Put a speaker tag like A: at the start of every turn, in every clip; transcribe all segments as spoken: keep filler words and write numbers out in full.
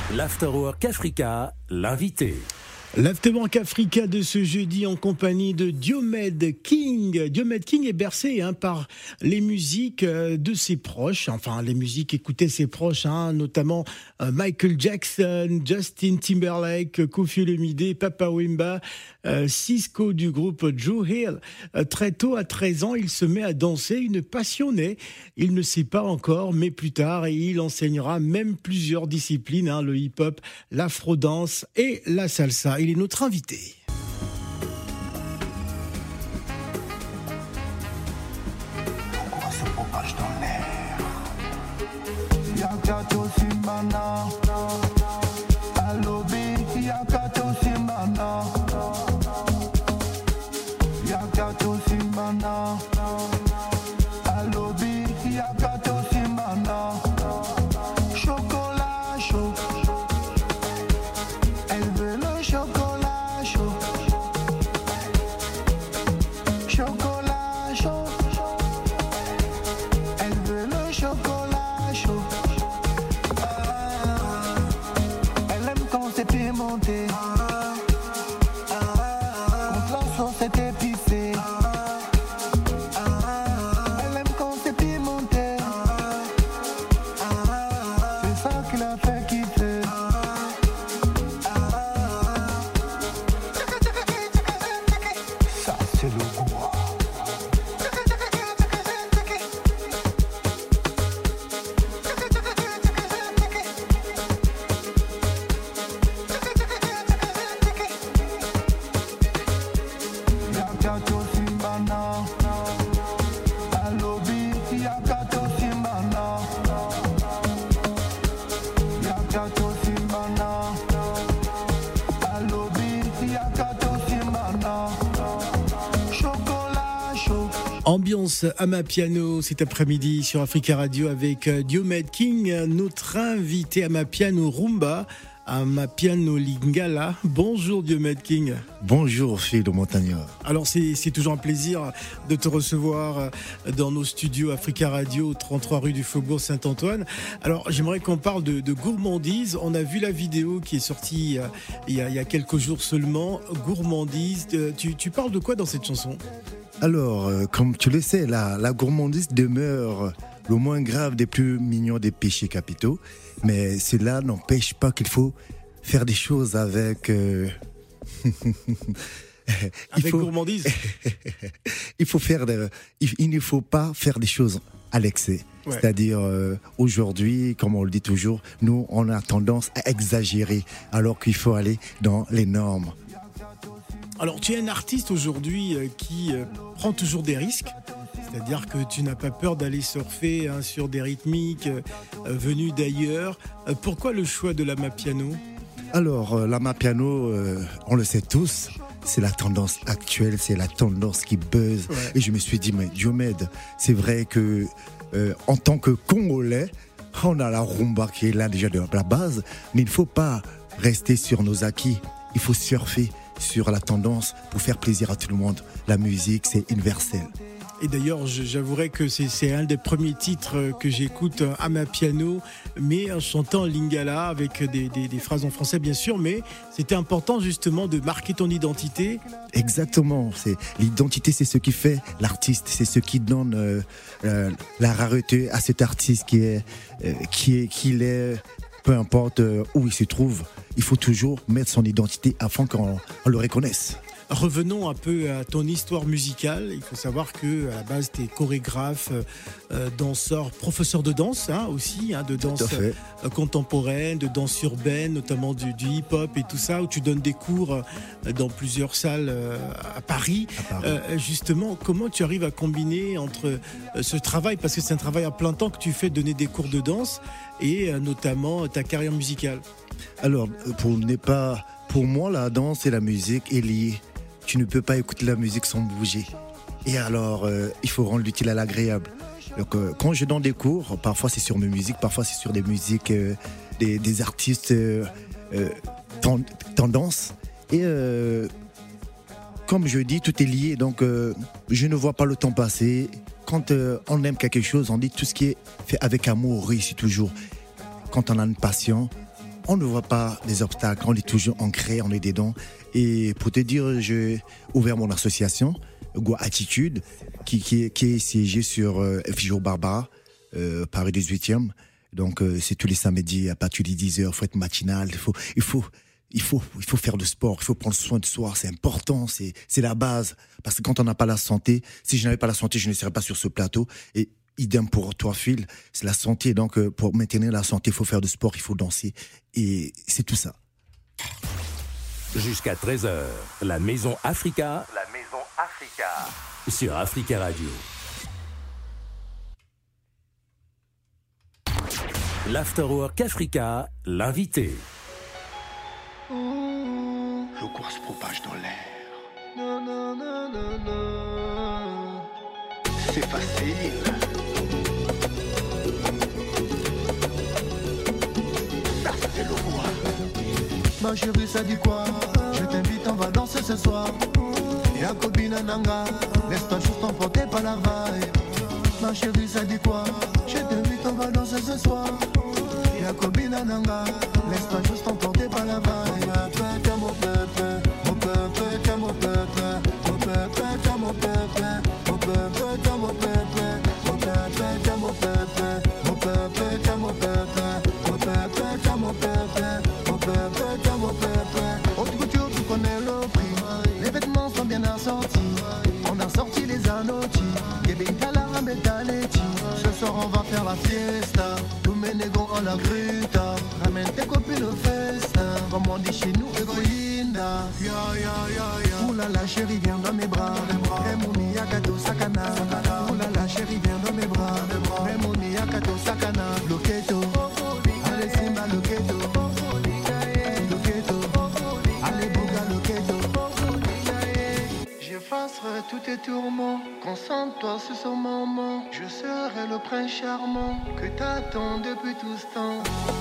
A: L'Afterwork Africa, l'invité.
B: L'Afterwork Africa de ce jeudi en compagnie de Diomède King. Diomède King est bercé hein, par les musiques de ses proches, enfin les musiques écoutées ses proches, hein, notamment euh, Michael Jackson, Justin Timberlake, Koffi Olomide, Papa Wemba, euh, Cisco du groupe Joe Hill. Euh, très tôt, à treize ans, il se met à danser, une passionnée. Il ne sait pas encore, mais plus tard, il enseignera même plusieurs disciplines, hein, le hip-hop, l'afro-dance et la salsa. Il est notre invité.
C: On se propage dans l'air. Yakato Simana, Alobi, Yakato Simana, Yakato Simana, Alobi, Yakato Simana, chocolat chaud. Elle veut le chocolat chaud, chocolat chaud. Elle veut le chocolat chaud. Ah, elle aime quand c'est pimenté, quand la sauce est épicée. Elle aime quand c'est pimenté, c'est ça qui la fait kiffer. Ça c'est le goût. Yakato Simana, Alobi, Yakato Simana, Yakato Simana, Alobi, Yakato Simana, chocolat chaud.
B: Ambiance Amapiano cet après-midi sur Africa Radio avec Diomède King, notre invité Amapiano Rumba, Amapiano Lingala. Bonjour Diomède King.
D: Bonjour, fille de montagnard.
B: Alors c'est, c'est toujours un plaisir de te recevoir dans nos studios Africa Radio, trente-trois rue du Faubourg Saint-Antoine. Alors j'aimerais qu'on parle de, de gourmandise. On a vu la vidéo qui est sortie euh, il, y a, il y a quelques jours seulement. Gourmandise, euh, tu, tu parles de quoi dans cette chanson ?
D: Alors, euh, comme tu le sais, la, la gourmandise demeure le moins grave des plus mignons des péchés capitaux. Mais cela n'empêche pas qu'il faut faire des choses avec... Euh...
B: Avec
D: faut...
B: gourmandise.
D: il faut faire de... il, il ne faut pas faire des choses à l'excès. Ouais. C'est-à-dire, euh, aujourd'hui, comme on le dit toujours, nous, on a tendance à exagérer, alors qu'il faut aller dans les normes.
B: Alors, tu es un artiste aujourd'hui euh, qui euh, prend toujours des risques. C'est-à-dire que tu n'as pas peur d'aller surfer hein, sur des rythmiques euh, venus d'ailleurs. Euh, pourquoi le choix de l'amapiano ?
D: Alors, euh, l'amapiano, euh, on le sait tous, c'est la tendance actuelle, c'est la tendance qui buzz. Ouais. Et je me suis dit, mais Diomède, c'est vrai que euh, en tant que Congolais, on a la rumba qui est là déjà de la base, mais il ne faut pas rester sur nos acquis. Il faut surfer sur la tendance pour faire plaisir à tout le monde. La musique, c'est universel.
B: Et d'ailleurs, j'avouerai que c'est, c'est un des premiers titres que j'écoute à ma piano, mais en chantant Lingala avec des, des, des phrases en français bien sûr, mais c'était important justement de marquer ton identité.
D: Exactement, c'est, l'identité c'est ce qui fait l'artiste, c'est ce qui donne euh, euh, la rareté à cet artiste qui est, euh, qui est, qu'il est, peu importe euh, où il se trouve, il faut toujours mettre son identité afin qu'on on le reconnaisse.
B: Revenons un peu à ton histoire musicale. Il faut savoir que à la base, tu es chorégraphe, euh, danseur, professeur de danse hein, aussi, hein, de danse euh, contemporaine, de danse urbaine, notamment du, du hip-hop et tout ça, où tu donnes des cours euh, dans plusieurs salles euh, à Paris. À Paris. Euh, justement, comment tu arrives à combiner entre euh, ce travail, parce que c'est un travail à plein temps que tu fais, donner des cours de danse, et euh, notamment ta carrière musicale?
D: Alors, pour ne pas, pour moi, la danse et la musique est liée. Tu ne peux pas écouter la musique sans bouger. Et alors, euh, il faut rendre l'utile à l'agréable. Donc, euh, quand je donne des cours, parfois c'est sur mes musiques, parfois c'est sur des musiques euh, des, des artistes euh, euh, ten, tendance. Et euh, comme je dis, tout est lié. Donc, euh, je ne vois pas le temps passer. Quand euh, on aime quelque chose, on dit tout ce qui est fait avec amour réussit toujours. Quand on a une passion, on ne voit pas les obstacles, on est toujours ancré, on est dedans. Et pour te dire, j'ai ouvert mon association, Gwa Attitude, qui, qui, est, qui est siégée sur euh, F J O Barbara, euh, Paris dix-huitième. Donc euh, c'est tous les samedis à partir de dix heures, il faut être matinal, il faut, il faut, il faut, il faut faire du sport, il faut prendre soin de soi, c'est important, c'est, c'est la base. Parce que quand on n'a pas la santé, si je n'avais pas la santé, je ne serais pas sur ce plateau. Et idem pour toi, Phil, c'est la santé. Donc euh, pour maintenir la santé, il faut faire du sport, il faut danser. Et c'est tout ça.
A: Jusqu'à treize heures, la Maison Africa.
E: La Maison Africa.
A: Sur Africa Radio. L'Afterwork Africa, l'invité.
C: Le quoi se propage dans l'air. Non, non, non, non, non. C'est facile. Ça, c'est le quoi. Ma chérie, ça dit quoi? Je t'invite, on va danser ce soir. Yakobina Nanga, laisse-toi juste emporter par la vague. Ma chérie, ça dit quoi? Je t'invite, on va danser ce soir. Yakobina Nanga, laisse-toi juste emporter par la vague. Mon peuple, mon peuple, mon peuple, mon peuple, mon peuple, mon peuple, mon peuple, mon peuple, mon peuple, mon peuple, mon peuple, mon peuple, mon peuple, mon peuple, mon peuple. Haute couture, tu connais le prix. Les vêtements sont bien assortis. On a sorti les anotis. Ce soir on va faire la fiesta. Tous mes négros en la gruta. Ramène tes copines au festin. Comme on dit chez nous, Egoïna. Ya ya ya ya. Oulala chérie viens dans mes bras. Remouni yakato sakana. Oulala chérie viens dans mes bras. Remouni yakato sakana. Loketo. Allez Simba Loketo. Loketo. Allez Bouga Loketo. J'effacerai tous tes tourments. Concentre-toi sur ce moment. Je serai le prince charmant que t'attends depuis tout ce temps.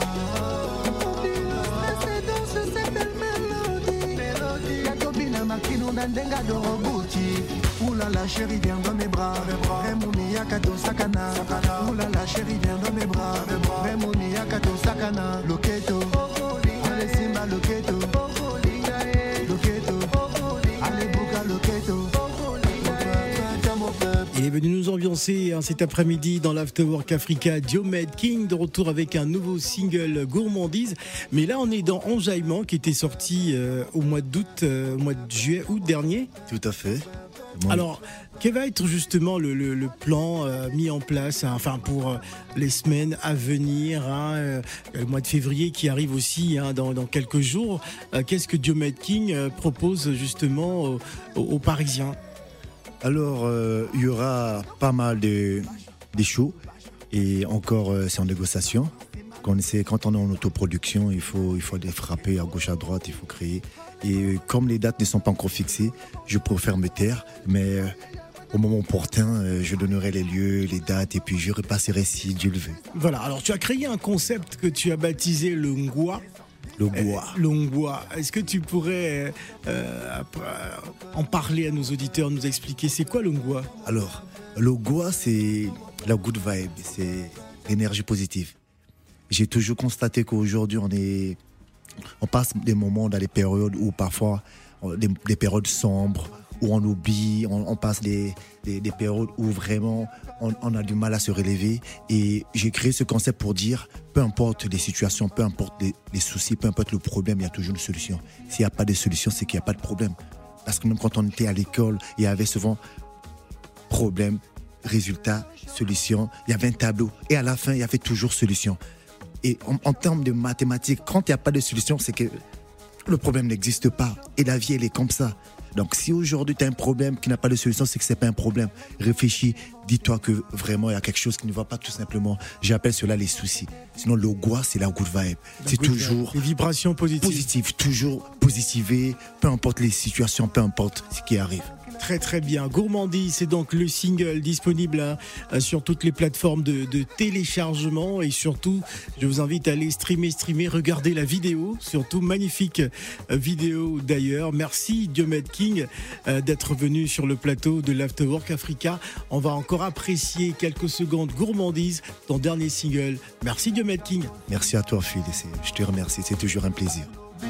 C: Restez dans ce cette belle mélodie. Mélodie. La copine m'a qui nous donne des gars de roboti. Oulala chérie viens dans mes bras. Remouni yakato sakana. Oulala chérie viens dans mes bras. Remouni yakato sakana. Loketo. Allez Simba Loketo. Loketo. Allez Bouga Loketo.
B: Il est venu nous ambiancer hein, cet après-midi dans l'Afterwork Africa, Diomed King, de retour avec un nouveau single Gourmandise. Mais là, on est dans Enjaillement, qui était sorti euh, au mois d'août, euh, au mois de juillet, août dernier.
D: Tout à fait. Bon.
B: Alors, quel va être justement le, le, le plan euh, mis en place, hein, enfin pour euh, les semaines à venir, hein, euh, le mois de février qui arrive aussi hein, dans, dans quelques jours. Euh, qu'est-ce que Diomed King euh, propose justement aux, aux, aux Parisiens?
D: Alors, euh, il y aura pas mal de, de shows et encore, euh, c'est en négociation. Quand, c'est, quand on est en autoproduction, il faut, il faut les frapper à gauche, à droite, il faut créer. Et euh, comme les dates ne sont pas encore fixées, je préfère me taire, mais euh, au moment opportun, euh, je donnerai les lieux, les dates et puis je repasserai si Dieu le veut.
B: Voilà, alors tu as créé un concept que tu as baptisé le Ngwa.
D: Le Ngwa.
B: Euh, le Ngwa. Est-ce que tu pourrais euh, en parler à nos auditeurs, nous expliquer c'est quoi le Ngwa?
D: Alors, le Ngwa, c'est la good vibe, c'est l'énergie positive. J'ai toujours constaté qu'aujourd'hui, on est, on passe des moments dans les périodes où parfois, des, des périodes sombres, où on oublie, on, on passe des, des, des périodes où vraiment on, on a du mal à se relever. Et j'ai créé ce concept pour dire, peu importe les situations, peu importe les, les soucis, peu importe le problème, il y a toujours une solution. S'il n'y a pas de solution, c'est qu'il n'y a pas de problème. Parce que même quand on était à l'école, il y avait souvent problème, résultat, solution. Il y avait un tableau. Et à la fin, il y avait toujours solution. Et en, en termes de mathématiques, quand il n'y a pas de solution, c'est que le problème n'existe pas. Et la vie, elle est comme ça. Donc si aujourd'hui tu as un problème qui n'a pas de solution, c'est que c'est pas un problème. Réfléchis, dis-toi que vraiment il y a quelque chose qui ne va pas tout simplement. J'appelle cela les soucis. Sinon le Ngwa, c'est la good vibe. La c'est good toujours
B: vibe. Les vibrations positives.
D: Positive, toujours positiver, peu importe les situations, peu importe ce qui arrive.
B: très très bien. Gourmandise, c'est donc le single disponible hein, sur toutes les plateformes de, de téléchargement et surtout, je vous invite à aller streamer, streamer, regarder la vidéo, surtout magnifique vidéo d'ailleurs. Merci Diomed King euh, d'être venu sur le plateau de l'Afterwork Africa. On va encore apprécier quelques secondes Gourmandise, ton dernier single. Merci Diomed King.
D: Merci à toi Phil, je te remercie, c'est toujours un plaisir.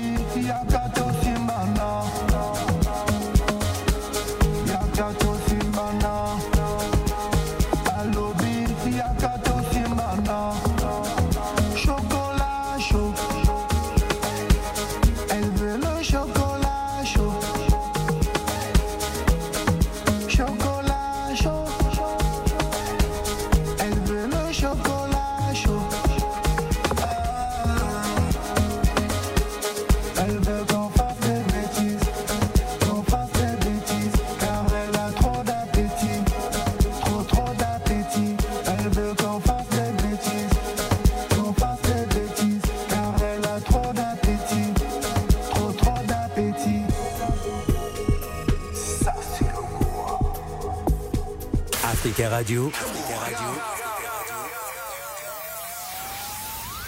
A: Africa Radio.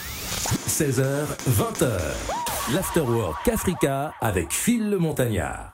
A: seize heures, vingt heures. L'Afterwork Africa avec Phil le Montagnard.